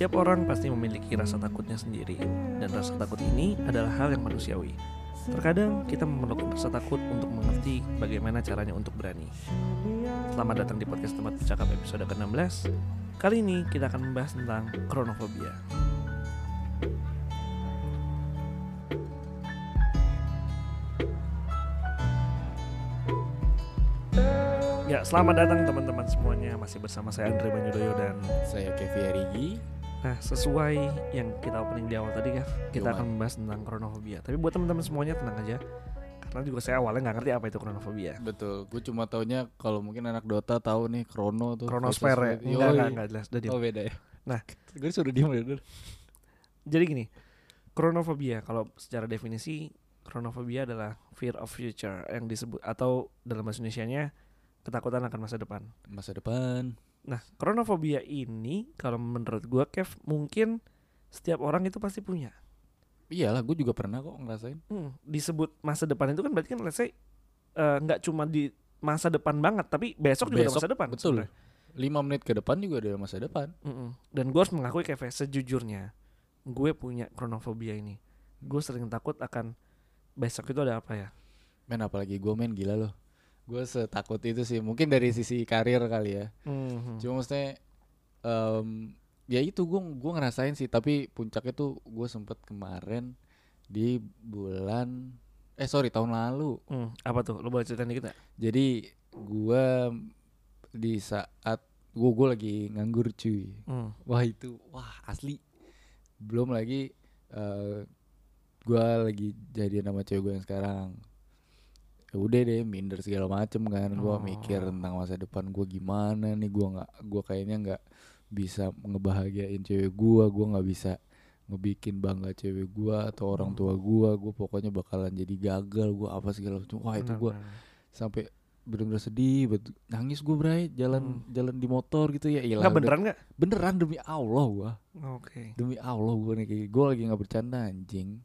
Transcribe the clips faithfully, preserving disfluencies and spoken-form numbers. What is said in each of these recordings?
Setiap orang pasti memiliki rasa takutnya sendiri, dan rasa takut ini adalah hal yang manusiawi. Terkadang kita memerlukan rasa takut untuk mengerti bagaimana caranya untuk berani. Selamat datang di podcast Tempat Bercakap episode ke enam belas. Kali ini kita akan membahas tentang chronophobia. Ya, selamat datang teman-teman semuanya. Masih bersama saya Andre Banyudoyo dan saya Kevi Arigi. Nah, sesuai yang kita opening di awal tadi, Kev, kita Gimana? akan membahas tentang chronophobia. Tapi buat teman-teman semuanya tenang aja, karena juga saya awalnya nggak ngerti apa itu chronophobia. Betul, gue cuma taunya kalau mungkin anak Dota tahu nih Chrono tuh. Chronosphere ya? Yoi. Enggak, enggak, enggak jelas. Udah diem. Oh beda ya. Nah, gue sudah diem ya. Jadi gini, chronophobia kalau secara definisi, chronophobia adalah fear of future yang disebut, atau dalam bahasa Indonesianya ketakutan akan masa depan. Masa depan. Nah, chronophobia ini kalau menurut gue, Kev, mungkin setiap orang itu pasti punya. Iyalah, gue juga pernah kok ngerasain. Hmm, disebut masa depan itu kan berarti kan let's say uh, nggak cuma di masa depan banget, tapi besok, juga ada Besok, masa depan. betul. Sebenarnya. lima menit ke depan juga ada masa depan. Mm-mm. Dan gue harus mengakui Kev, sejujurnya gue punya chronophobia ini. Gue sering takut akan besok itu ada apa ya. Men apalagi gue main gila loh. Gue setakut itu sih. Mungkin dari sisi karir kali ya. Mm-hmm. Cuma maksudnya um, ya itu gue gue ngerasain sih. Tapi puncaknya tuh gue sempet kemarin di bulan eh sorry tahun lalu. Mm, apa tuh? Lo boleh ceritain dikit gak? Jadi gue di saat gue gue lagi nganggur cuy. Mm. Wah itu wah asli. Belum lagi uh, gue lagi jadian sama cewek gue yang sekarang. Ya udah deh minder segala macem kan. Gue Oh. mikir tentang masa depan gue gimana nih. Gue nggak gue kayaknya nggak bisa ngebahagiain cewek gue. Gue nggak bisa ngebikin bangga cewek gue atau orang tua gue. Gue pokoknya bakalan jadi gagal. Gue apa segala macam. Wah itu gue sampai bener-bener sedih, betul. Nangis gue bray, jalan Hmm. jalan di motor gitu ya. Iyalah, Nggak udah- beneran nggak? beneran demi Allah gue, Oke. demi Allah gue nih kayak gue lagi nggak bercanda anjing.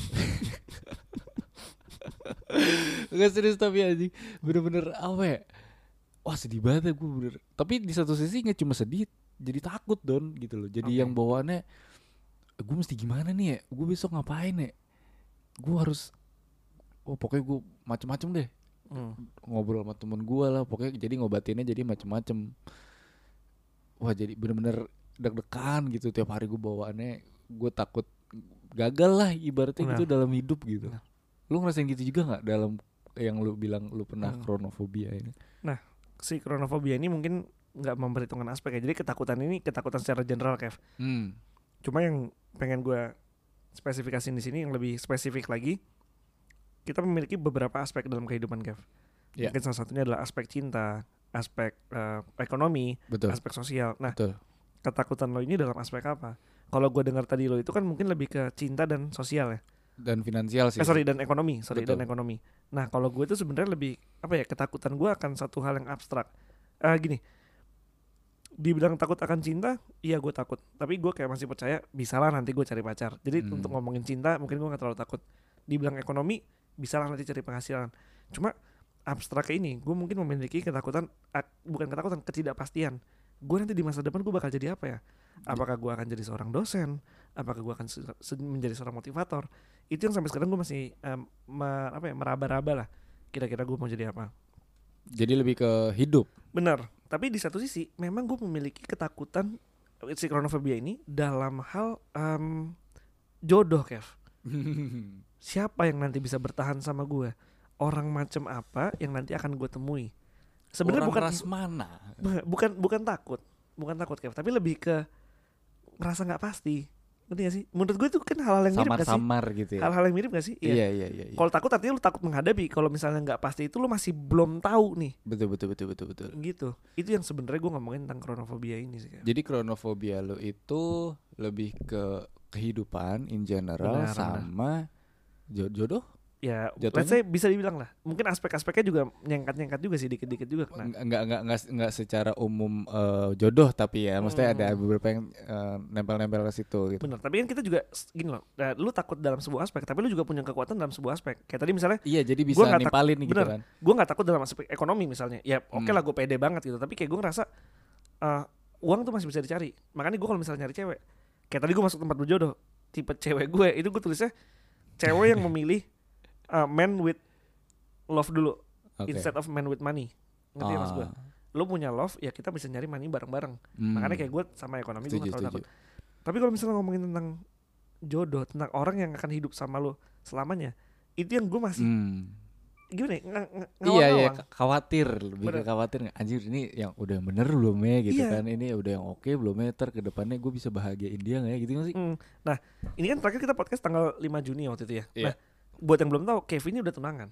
Gak serius tapi anjing, bener-bener apa ya? Wah sedih banget gue bener. Tapi di satu sisi nggak cuma sedih, jadi takut don gitu loh. Jadi Oke. yang bawaannya, gue mesti gimana nih ya? Gue besok ngapain ya? Gue harus, oh pokoknya gue macem-macem deh. Mm. Ngobrol sama temen gue lah, pokoknya jadi ngobatinnya jadi macem-macem. Wah jadi bener-bener deg-degan gitu tiap hari gue bawaannya. Gue takut gagal lah ibaratnya Nah. gitu dalam hidup gitu. Nah. Lu ngerasain gitu juga nggak dalam yang lu bilang lu pernah Hmm. chronophobia ini? Si chronophobia ini mungkin nggak memperhitungkan aspek ya. Jadi ketakutan ini ketakutan secara general, Kev. Hmm. Cuma yang pengen gue spesifikasiin di sini yang lebih spesifik lagi, kita memiliki beberapa aspek dalam kehidupan, Kev. Ya. Mungkin salah satunya adalah aspek cinta, aspek uh, ekonomi, Betul. aspek sosial. Nah, Betul. ketakutan lo ini dalam aspek apa? Kalau gue dengar tadi lo itu kan mungkin lebih ke cinta dan sosial ya. Dan finansial sih. Eh sorry dan ekonomi, sorry Betul. dan ekonomi. Nah kalau gue itu sebenarnya lebih apa ya, ketakutan gue akan satu hal yang abstrak. Ah gini, dibilang takut akan cinta, iya gue takut. Tapi gue kayak masih percaya bisalah nanti gue cari pacar. Jadi Hmm. untuk ngomongin cinta mungkin gue nggak terlalu takut. Dibilang ekonomi, bisalah nanti cari penghasilan. Cuma abstrak kayak ini, gue mungkin memiliki ketakutan, ak- bukan ketakutan, ketidakpastian. Gue nanti di masa depan gue bakal jadi apa ya? Apakah gue akan jadi seorang dosen? Apakah gue akan se- se- menjadi seorang motivator? Itu yang sampai sekarang gue masih um, me- apa ya, meraba-raba lah. Kira-kira gue mau jadi apa? Jadi lebih ke hidup. Benar. Tapi di satu sisi, memang gue memiliki ketakutan si chronophobia ini dalam hal um, jodoh, Kev. Siapa yang nanti bisa bertahan sama gue? Orang macam apa yang nanti akan gue temui? Sebenarnya Orang bukan ras mana? Bu- bukan bukan takut, bukan takut Kev, tapi lebih ke merasa nggak pasti. Ngerti gak sih? Menurut gue itu kan hal-hal yang mirip gak sih? Samar-samar gitu ya. Hal-hal yang mirip gak sih? Iya iya iya. iya. Kalau takut artinya lu takut menghadapi. Kalau misalnya nggak pasti itu lu masih belum tahu nih. Betul betul betul betul betul. Gitu. Itu yang sebenarnya gue ngomongin tentang chronophobia ini sih. Kev. Jadi chronophobia lo itu lebih ke kehidupan in general Benar, sama jo- jodoh? Ya, Jatuhnya? let's say bisa dibilang lah. Mungkin aspek-aspeknya juga nyengkat-nyengkat juga sih, dikit-dikit juga kena. Enggak enggak enggak enggak, enggak secara umum eh, jodoh tapi ya maksudnya ada Hmm. beberapa yang eh, nempel-nempel ke situ gitu. Bener, tapi kan kita juga s- gini loh. Nah, lu takut dalam sebuah aspek, tapi lu juga punya kekuatan dalam sebuah aspek. Kayak tadi misalnya, Iya, jadi bisa Gua nggak tak- nimpalin nih gitu bener. kan. gue nggak takut dalam aspek ekonomi misalnya. Ya oke Hmm. lah, gue pede banget gitu. Tapi kayak gue ngerasa eh, uang tuh masih bisa dicari. Makanya gue kalau misalnya nyari cewek, kayak tadi gue masuk tempat berjodoh, tipe cewek gue itu gue tulisnya cewek yang memilih uh, man with love dulu Oke. instead of man with money. Ngerti ya mas gue? Ah, Lo punya love ya kita bisa nyari money bareng-bareng. hmm. Makanya kayak gue sama ekonomi gue Setuju, gak terlalu setuju. takut. Tapi kalau misalnya ngomongin tentang jodoh, tentang orang yang akan hidup sama lo selamanya, itu yang gue masih Hmm. gimana ya, ng- ng- Iya iya ngawang-ngawang. k- khawatir lebih Bener. ke khawatir nggak anjir ini yang udah yang bener belum ya gitu Iya. kan, ini udah yang oke belum ya, ntar ke depannya gue bisa bahagiain dia nggak ya gitu nggak sih? Hmm. Nah ini kan terakhir kita podcast tanggal lima Juni waktu itu ya. Iya. Nah buat yang belum tahu, Kevin ini udah tunangan.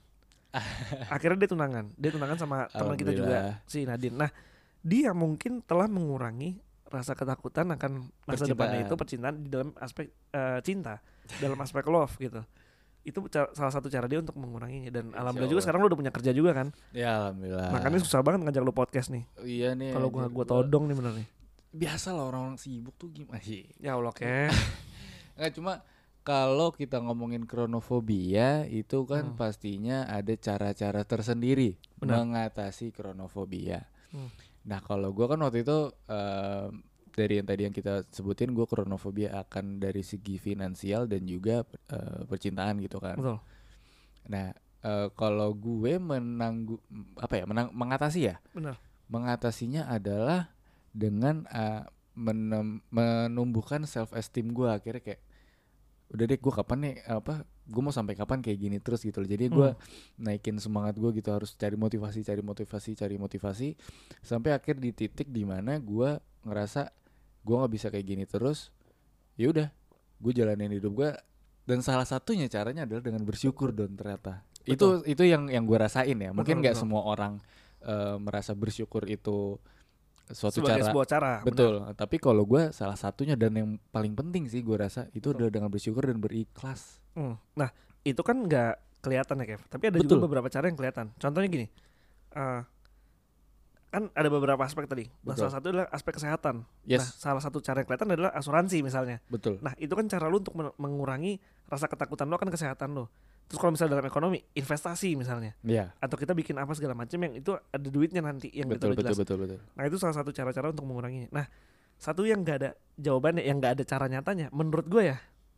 Akhirnya dia tunangan, dia tunangan sama teman kita juga, Alhamdulillah. si Nadine. Nah dia mungkin telah mengurangi rasa ketakutan akan masa depannya itu percintaan di dalam aspek eh, cinta, dalam aspek love gitu. Itu ca- salah satu cara dia untuk menguranginya. Dan Insya alhamdulillah juga Allah. sekarang lu udah punya kerja juga kan. Ya alhamdulillah. Makanya susah banget ngajak lu podcast nih. Iya nih. Kalau gua anjir, gua todong nih bener nih. biasa lah orang-orang sibuk tuh gimana sih? Ya Allah Kev. Nggak, cuma kalau kita ngomongin kronofobia itu kan Hmm. pastinya ada cara-cara tersendiri Benar. mengatasi kronofobia. Hmm. Nah kalau gua kan waktu itu em, dari yang tadi yang kita sebutin, gue kronofobia akan dari segi finansial dan juga eh, percintaan gitu kan. Betul. Nah eh, kalau gue menanggu apa ya menang, mengatasi ya, Benar. mengatasinya adalah dengan eh, menem- menumbuhkan self esteem gue. Akhirnya kayak udah deh gue kapan nih apa gue mau sampai kapan kayak gini terus gitu loh. Jadi gue naikin semangat gue gitu, harus cari motivasi cari motivasi cari motivasi sampai akhir di titik dimana gue ngerasa gue nggak bisa kayak gini terus. Ya udah gue jalanin hidup gue, dan salah satunya caranya adalah dengan bersyukur don ternyata. Betul. Itu itu yang yang gue rasain ya. Mungkin Betul, nggak betul. semua orang eh, merasa bersyukur itu suatu Sebagai cara. sebuah cara. Betul, tapi kalau gue salah satunya dan yang paling penting sih gue rasa itu adalah dengan bersyukur dan berikhlas. benar. Hmm. Nah itu kan nggak kelihatan ya Kev. Tapi ada Betul. juga beberapa cara yang kelihatan. Contohnya gini. eh, kan ada beberapa aspek tadi. Nah, Betul. salah satu adalah aspek kesehatan. Yes, Nah salah satu cara yang kelihatan adalah asuransi misalnya. betul. Nah itu kan cara lu untuk men- mengurangi rasa ketakutan lu akan kesehatan lu. Terus kalau misalnya dalam ekonomi, investasi misalnya, Iya, atau kita bikin apa segala macam yang itu ada duitnya nanti yang betul kita betul jelas. betul betul. Nah itu salah satu cara-cara untuk menguranginya. Nah satu yang nggak ada jawabannya, yang nggak ada cara nyatanya, menurut gue ya,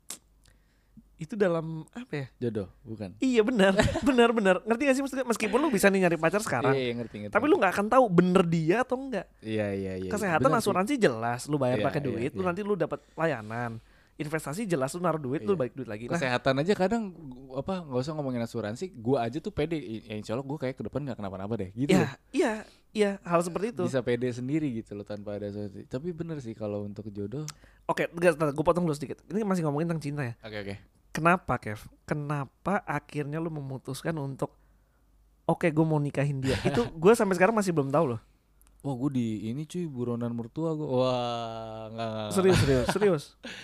itu dalam apa ya? Jodoh, bukan? Iya benar, benar benar. Ngerti gak sih maksudnya? Meskipun lu bisa nih nyari pacar sekarang, Iya, iya, ngerti ngerti. tapi lu nggak akan tahu bener dia atau enggak. Iya iya iya. Kesehatan Benar sih. asuransi jelas, lu bayar Iya, pakai iya, duit, lu iya. nanti lu dapat layanan. Investasi jelas lu naruh duit, lu Iya. balik duit lagi. Nah, Kesehatan aja kadang gu- apa nggak usah ngomongin asuransi, gue aja tuh pede. Ya, insya Allah gue kayak ke depan nggak kenapa-napa deh, gitu. ya, iya, iya, hal seperti itu. Bisa pede sendiri gitu loh tanpa ada asuransi. Tapi bener sih kalau untuk jodoh. Oke, enggak, gue potong dulu sedikit. Ini masih ngomongin tentang cinta ya. Oke oke. Kenapa, Kev? Kenapa akhirnya lu memutuskan untuk oke, gue mau nikahin dia? Itu gue sampai sekarang masih belum tahu loh. Wah gue di ini cuy buronan mertua gue. Wah nggak nggak, nggak. Serius, serius, serius.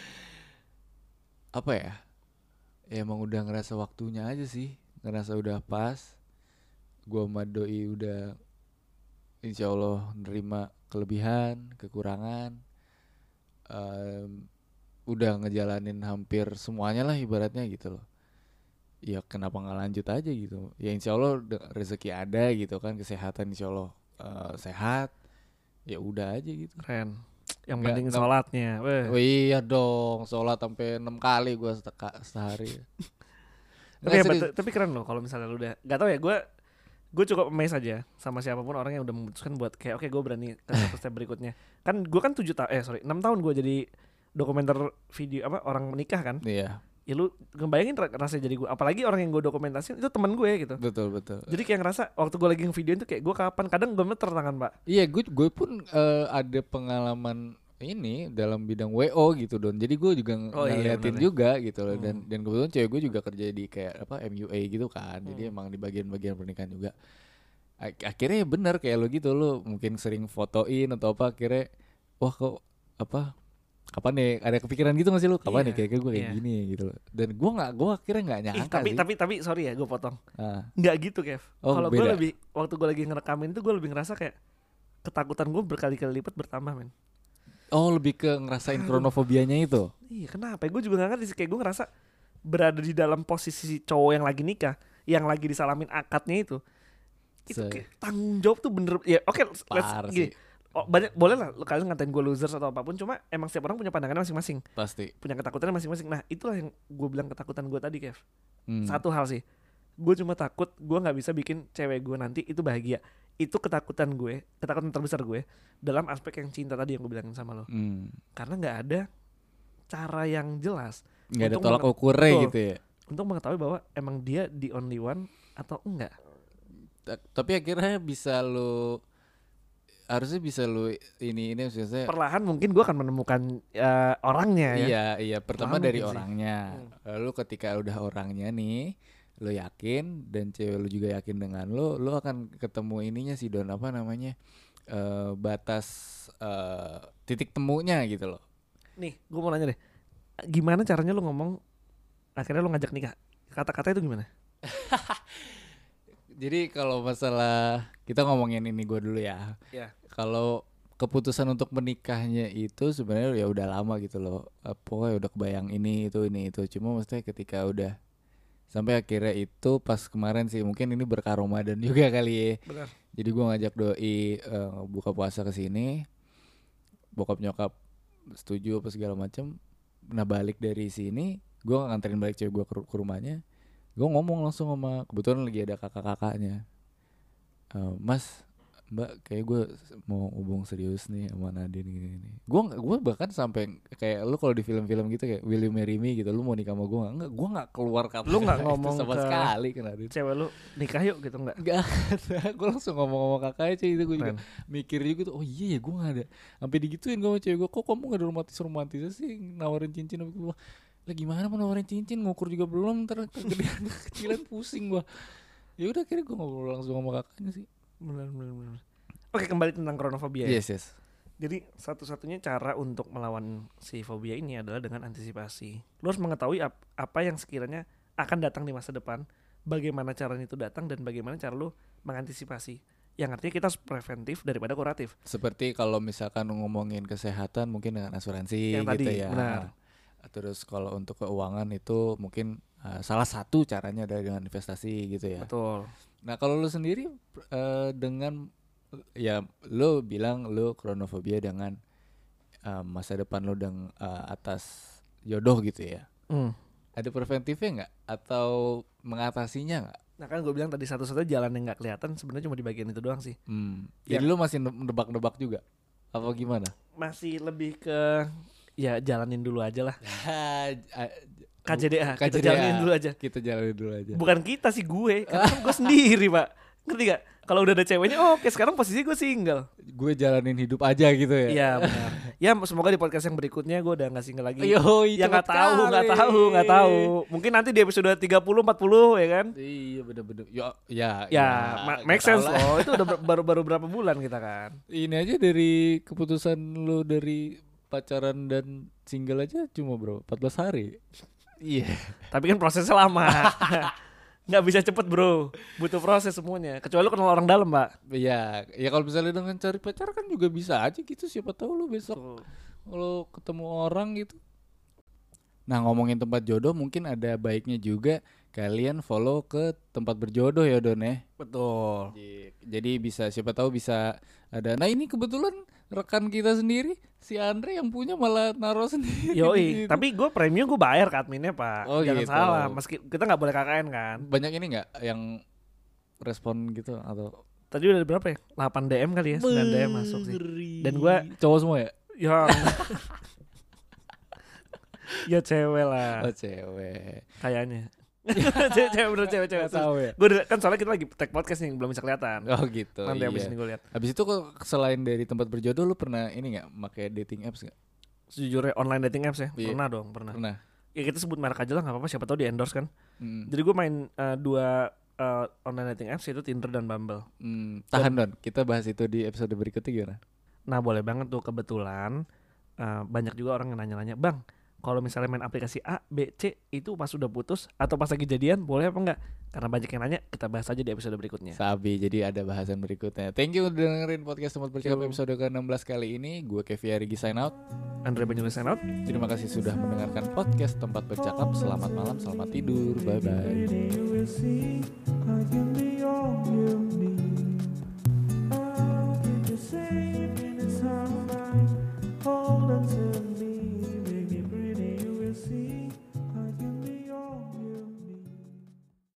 Apa ya? Ya emang udah ngerasa waktunya aja sih, ngerasa udah pas. Gua sama doi udah insya Allah nerima kelebihan, kekurangan. Em, udah ngejalanin hampir semuanya lah ibaratnya gitu loh. Ya kenapa nggak lanjut aja gitu? Ya insya Allah de- rezeki ada gitu kan, kesehatan insya Allah eh, sehat. Ya udah aja gitu. Keren. Yang Nggak- penting nggak- sholatnya. Weh. Oh iya dong, sholat sampai enam kali gua seteka, sehari. Tapi, Nggak, hebat, serius. tapi keren loh kalau misalnya lu udah gak tau ya, gue gue cukup amazed aja sama siapapun orang yang udah memutuskan buat kayak oke gue berani ke satu step berikutnya. Kan gue kan tujuh tahun eh sorry enam tahun gue jadi dokumenter video apa orang menikah kan. Iya, Ya lu ngebayangin ra- rasanya jadi gue, apalagi orang yang gue dokumentasiin itu teman gue gitu. betul betul. Jadi kayak ngerasa waktu gue lagi ngevideoin tuh kayak gue kapan, kadang gue meter tangan pak. Iya, gue gue pun eh, ada pengalaman ini dalam bidang W O gitu don. Jadi gue juga ng- Oh iya, ngeliatin bener ya. juga gitu loh. Dan Hmm. dan kebetulan cewek gue juga kerja di kayak apa M U A gitu kan. Jadi Hmm. emang di bagian-bagian pernikahan juga. Ak- akhirnya ya bener kayak lo gitu, lo mungkin sering fotoin atau apa, akhirnya wah kok apa kapan nih ada kepikiran gitu gak sih lo, kapan Iya, nih kayak gue kayak iya. gini gitu loh. Dan gue nggak gue akhirnya nggak Ih, nyangka tapi sih. tapi tapi sorry ya gue potong. Ah, Nggak gitu Kev. Oh, Kalau gue beda. lebih waktu gue lagi ngerekamin itu gue lebih ngerasa kayak ketakutan gue berkali-kali lipat bertambah men. oh lebih ke ngerasain Aduh. kronofobianya itu. Iya kenapa? Gue juga gak ngerti sih. Kayak gue ngerasa berada di dalam posisi cowok yang lagi nikah, yang lagi disalamin akadnya itu, itu Se- kayak tanggung jawab tuh bener. Ya oke, let's Parah gini. sih. oh, banyak boleh lah lo kalian ngatain gue losers atau apapun, cuma emang setiap orang punya pandangannya masing-masing, Pasti. punya ketakutannya masing-masing. Nah itulah yang gue bilang ketakutan gue tadi, Kev. Hmm. Satu hal sih, gue cuma takut gue nggak bisa bikin cewek gue nanti itu bahagia. Itu ketakutan gue, ketakutan terbesar gue dalam aspek yang cinta tadi yang gue bilangin sama lo. Hmm. Karena nggak ada cara yang jelas, Nggak ada untuk tolak menge- ukurnya betul, gitu ya. untuk mengetahui bahwa emang dia the only one atau enggak. Ta- Tapi akhirnya bisa lu harusnya bisa lu ini ini maksudnya. Perlahan mungkin gue akan menemukan eh, orangnya ya. Iya iya pertama Perlahan dari mungkin sih. orangnya. Hmm. Lalu ketika udah orangnya nih, lu yakin dan cewek lu juga yakin dengan lu, lu akan ketemu ininya sih Don, apa namanya? Eh, batas eh, titik temunya gitu loh. Nih, gue mau nanya deh, gimana caranya lu ngomong akhirnya lu ngajak nikah? Kata-kata itu gimana? Jadi kalau masalah kita ngomongin ini gue dulu ya. Ya. Kalau keputusan untuk menikahnya itu sebenarnya ya udah lama gitu loh. Eh, Pokoknya udah kebayang ini itu ini itu. Cuma maksudnya ketika udah sampai akhirnya itu pas kemarin sih, mungkin ini berkah Ramadan juga kali ya. Benar. Jadi gue ngajak doi eh, buka puasa ke sini. Bokap nyokap setuju apa segala macam. Nah balik dari sini, gue nganterin balik cewek gue ke, ru- ke rumahnya. Gue ngomong langsung sama, kebetulan lagi ada kakak-kakaknya. Eh, Mas, Mbak, kayak gue mau hubung serius nih sama Nadine gini-gini. Gue gue bahkan sampai kayak lu kalau di film-film gitu kayak Will You Marry Me gitu, lu mau nikah sama gue nggak? Enggak, gue nggak keluar kata Lu nggak itu ngomong sama ke sekali ke Nadine. Cewek lu nikah yuk gitu enggak? Enggak ada, gue langsung ngomong sama kakaknya cuy, itu gue juga Keren. mikir juga tuh, oh iya ya gue nggak ada. Sampai digituin gue sama cewek gue, kok kamu nggak ada romantis-romantisnya sih nawarin cincin apa gitu. Lah gimana mau nawarin cincin, ngukur juga belum, ntar kegedean kecilan pusing gue. Ya udah akhirnya gue ngobrol langsung sama kakaknya sih. Benar, benar, benar. Oke, kembali tentang chronofobia ya. Yes yes. Jadi satu-satunya cara untuk melawan si fobia ini adalah dengan antisipasi. Lu harus mengetahui ap- apa yang sekiranya akan datang di masa depan, bagaimana caranya itu datang dan bagaimana cara lu mengantisipasi. Yang artinya kita harus preventif daripada kuratif. Seperti kalau misalkan ngomongin kesehatan mungkin dengan asuransi Yang gitu tadi, ya. benar. Terus kalau untuk keuangan itu mungkin uh, salah satu caranya adalah dengan investasi gitu ya. Betul. Nah kalau lu sendiri uh, dengan ya lu bilang lu chronofobia dengan uh, masa depan lu dengan uh, atas jodoh gitu ya. Hmm. Ada preventifnya nggak atau mengatasinya nggak? Nah kan gue bilang tadi satu-satunya jalan yang nggak kelihatan sebenarnya cuma di bagian itu doang sih. Hmm. Ya. Jadi lu masih nebak-nebak juga? Apa gimana? Masih lebih ke ya jalanin dulu aja lah. K J D A, K J D A. kita jalanin dulu aja. Kita jalanin dulu aja. Bukan kita sih gue, karena kan gue sendiri pak. Ngerti gak? Kalau udah ada ceweknya, oh, oke sekarang posisi gue single. Gue jalanin hidup aja gitu ya. Iya benar. Ya semoga di podcast yang berikutnya gue udah gak single lagi. Yoi, Ya cepet gak tahu, kali. gak tahu, gak tahu. Mungkin nanti di episode tiga puluh, empat puluh ya kan? Iya bener-bener. Ya, ya, Ya, ma- make nggak tahu sense lah. loh. Itu udah ber- baru-baru berapa bulan kita kan. Ini aja dari keputusan lu dari pacaran dan single aja cuma berapa? empat belas hari. Iya. Tapi kan prosesnya lama. Nggak bisa cepet bro. Butuh proses semuanya. Kecuali lu kenal orang dalam pak. Iya, ya kalau misalnya dengan cari pacar kan juga bisa aja gitu. Siapa tahu lu besok Tuh. kalau ketemu orang gitu. Nah ngomongin tempat jodoh mungkin ada baiknya juga kalian follow ke tempat berjodoh ya Don ya. Betul. Jadi bisa siapa tahu bisa ada. Nah ini kebetulan rekan kita sendiri si Andre yang punya malah naruh sendiri. di Yoi, situ. tapi gue premium gue bayar ke adminnya pak. Oh, Jangan gitu. salah, meski kita nggak boleh K K N kan. Banyak ini nggak yang respon gitu atau Tadi udah ada berapa ya? delapan D M kali ya, sembilan D M masuk sih. Dan gua- cowok semua ya? Ya, ya cewek lah, Oh cewek. kayaknya. cewek, cewek bener cewek cewek. Nggak tahu ya. Gue kan soalnya kita lagi tag podcast nih belum bisa kelihatan. Oh gitu. Nanti iya. abis ini gue lihat. Habis itu kok selain dari tempat berjodoh lu pernah ini nggak pakai dating apps nggak? Sejujurnya online dating apps ya, Iya. pernah dong, pernah. Pernah. Ya kita sebut merek aja lah, nggak apa-apa. Siapa tahu di endorse kan. Hmm. Jadi gue main eh, dua eh, online dating apps yaitu Tinder dan Bumble. Hmm, tahan Don, kita bahas itu di episode berikutnya gimana? Nah boleh banget tuh, kebetulan eh, banyak juga orang yang nanya-nanya, bang, kalau misalnya main aplikasi A, B, C itu pas udah putus atau pas lagi jadian boleh apa enggak? Karena banyak yang nanya, kita bahas aja di episode berikutnya. Sabi, jadi ada bahasan berikutnya. Thank you udah dengerin podcast Tempat Bercakap Yo. episode ke enam belas kali ini. Gue Kevin Arigi sign out. Andre Banyulis sign out. Terima kasih sudah mendengarkan podcast Tempat Bercakap. Selamat malam, selamat tidur. Bye bye.